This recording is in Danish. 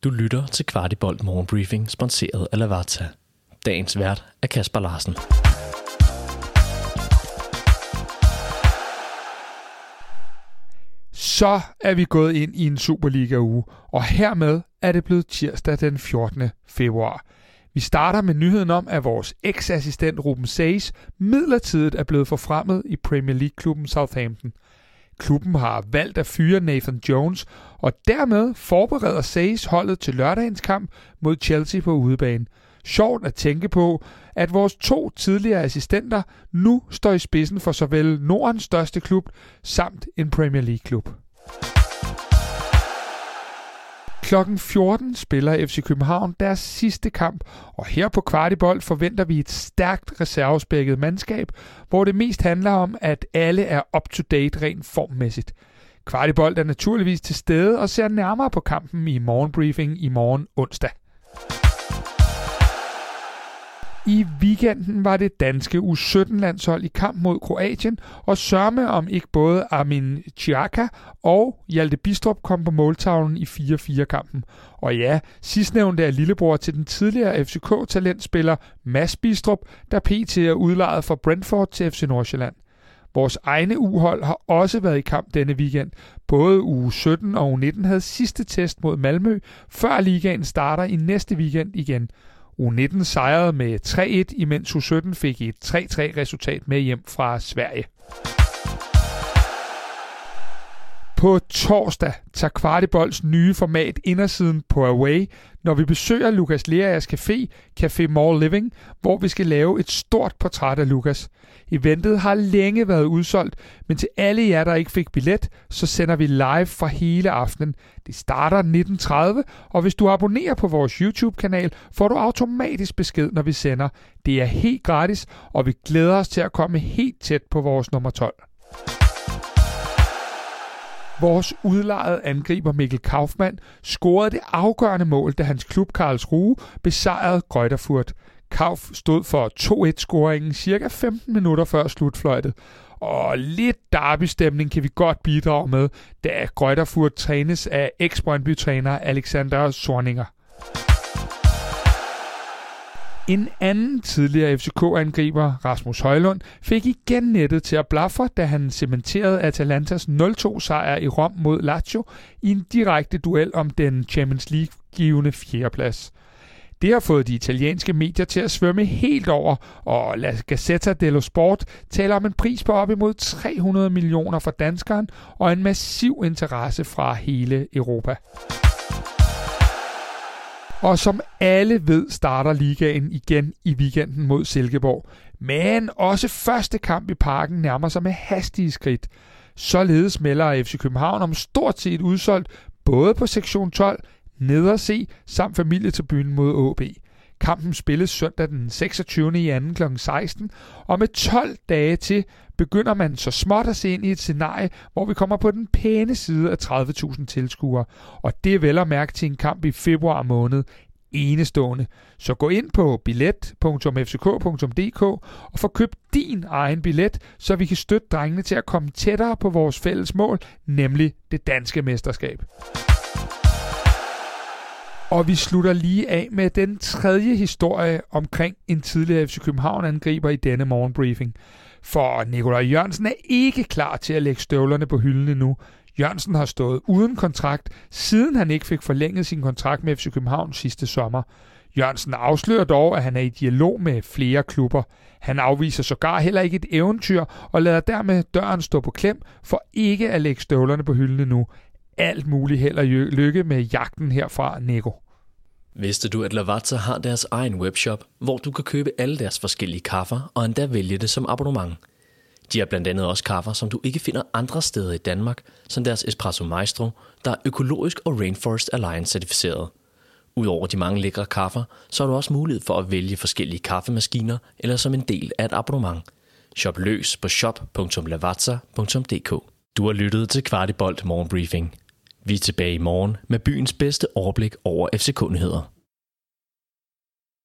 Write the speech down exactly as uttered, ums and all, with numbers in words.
Du lytter til Kvartibolt Morgenbriefing, sponsoreret af Lavazza. Dagens vært er Kasper Larsen. Så er vi gået ind i en Superliga-uge, og hermed er det blevet tirsdag den fjortende februar. Vi starter med nyheden om, at vores eks-assistent Ruben Sayes midlertidigt er blevet forfremmet i Premier League-klubben Southampton. Klubben har valgt at fyre Nathan Jones, og dermed forbereder Sayes holdet til lørdagens kamp mod Chelsea på udebane. Sjovt at tænke på, at vores to tidligere assistenter nu står i spidsen for såvel Nordens største klub samt en Premier League-klub. klokken fjorten spiller F C København deres sidste kamp, og her på Kvartibolt forventer vi et stærkt reservespækket mandskab, hvor det mest handler om, at alle er up-to-date rent formmæssigt. Kvartibolt er naturligvis til stede og ser nærmere på kampen i morgenbriefing i morgen onsdag. I weekenden var det danske U sytten-landshold i kamp mod Kroatien, og sørme om ikke både Armin Xhaka og Hjalte Bidstrup kom på måltavlen i fire fire-kampen. Og ja, sidstnævnte er lillebror til den tidligere F C K-talentspiller Mads Bidstrup, der pt. Er udlejet fra Brentford til F C Nordsjælland. Vores egne U-hold har også været i kamp denne weekend. Både U sytten og U nitten havde sidste test mod Malmø, før ligaen starter i næste weekend igen. U nitten sejrede med tre et, imens U sytten fik et tre tre resultat med hjem fra Sverige. På torsdag tager Kvartibolts nye format Indersiden på Away, når vi besøger Lukas Leaers Café, Café More Living, hvor vi skal lave et stort portræt af Lukas. Eventet har længe været udsolgt, men til alle jer, der ikke fik billet, så sender vi live fra hele aftenen. Det starter nitten tredive, og hvis du abonnerer på vores YouTube-kanal, får du automatisk besked, når vi sender. Det er helt gratis, og vi glæder os til at komme helt tæt på vores nummer tolv. Vores udlejede angriber Mikkel Kaufmann scorede det afgørende mål, da hans klub Karlsruhe besejrede Greuther Fürth. Kauf stod for to et-scoringen cirka femten minutter før slutfløjtet. Og lidt derby-stemning kan vi godt bidrage med, da Greuther Fürth trænes af eks-Brøndby-træner Alexander Zorniger. En anden tidligere F C K-angriber, Rasmus Højlund, fik igen nettet til at blafre, da han cementerede Atalantas nul to sejr i Rom mod Lazio i en direkte duel om den Champions League-givende fjerdeplads. Det har fået de italienske medier til at svømme helt over, og La Gazzetta dello Sport taler om en pris på op imod tre hundrede millioner for danskeren og en massiv interesse fra hele Europa. Og som alle ved, starter ligaen igen i weekenden mod Silkeborg. Men også første kamp i Parken nærmer sig med hastige skridt. Således melder F C København om stort set udsolgt både på sektion tolv, Neder C samt familietribunen mod A B. Kampen spilles søndag den seksogtyvende i anden klokken seksten, og med tolv dage til begynder man så småt at se ind i et scenarie, hvor vi kommer på den pæne side af tredive tusind tilskuere. Og det er vel at mærke til en kamp i februar måned. Enestående. Så gå ind på billet punktum f c k punktum d k og få købt din egen billet, så vi kan støtte drengene til at komme tættere på vores fælles mål, nemlig det danske mesterskab. Og vi slutter lige af med den tredje historie omkring en tidligere F C København-angriber i denne morgenbriefing. For Nikolaj Jørgensen er ikke klar til at lægge støvlerne på hylden endnu. Jørgensen har stået uden kontrakt, siden han ikke fik forlænget sin kontrakt med F C København sidste sommer. Jørgensen afslører dog, at han er i dialog med flere klubber. Han afviser sågar heller ikke et eventyr og lader dermed døren stå på klem for ikke at lægge støvlerne på hylden endnu. Alt muligt held og lykke med jagten herfra, Nico. Vidste du, at Lavazza har deres egen webshop, hvor du kan købe alle deres forskellige kaffer og endda vælge det som abonnement? De har blandt andet også kaffer, som du ikke finder andre steder i Danmark, som deres Espresso Maestro, der er økologisk og Rainforest Alliance certificeret. Udover de mange lækre kaffer, så har du også mulighed for at vælge forskellige kaffemaskiner eller som en del af et abonnement. Shop løs på shop punktum lavazza punktum d k. Du har lyttet til Kvartibolt Morgenbriefing. Vi er tilbage i morgen med byens bedste overblik over F C K-nyheder.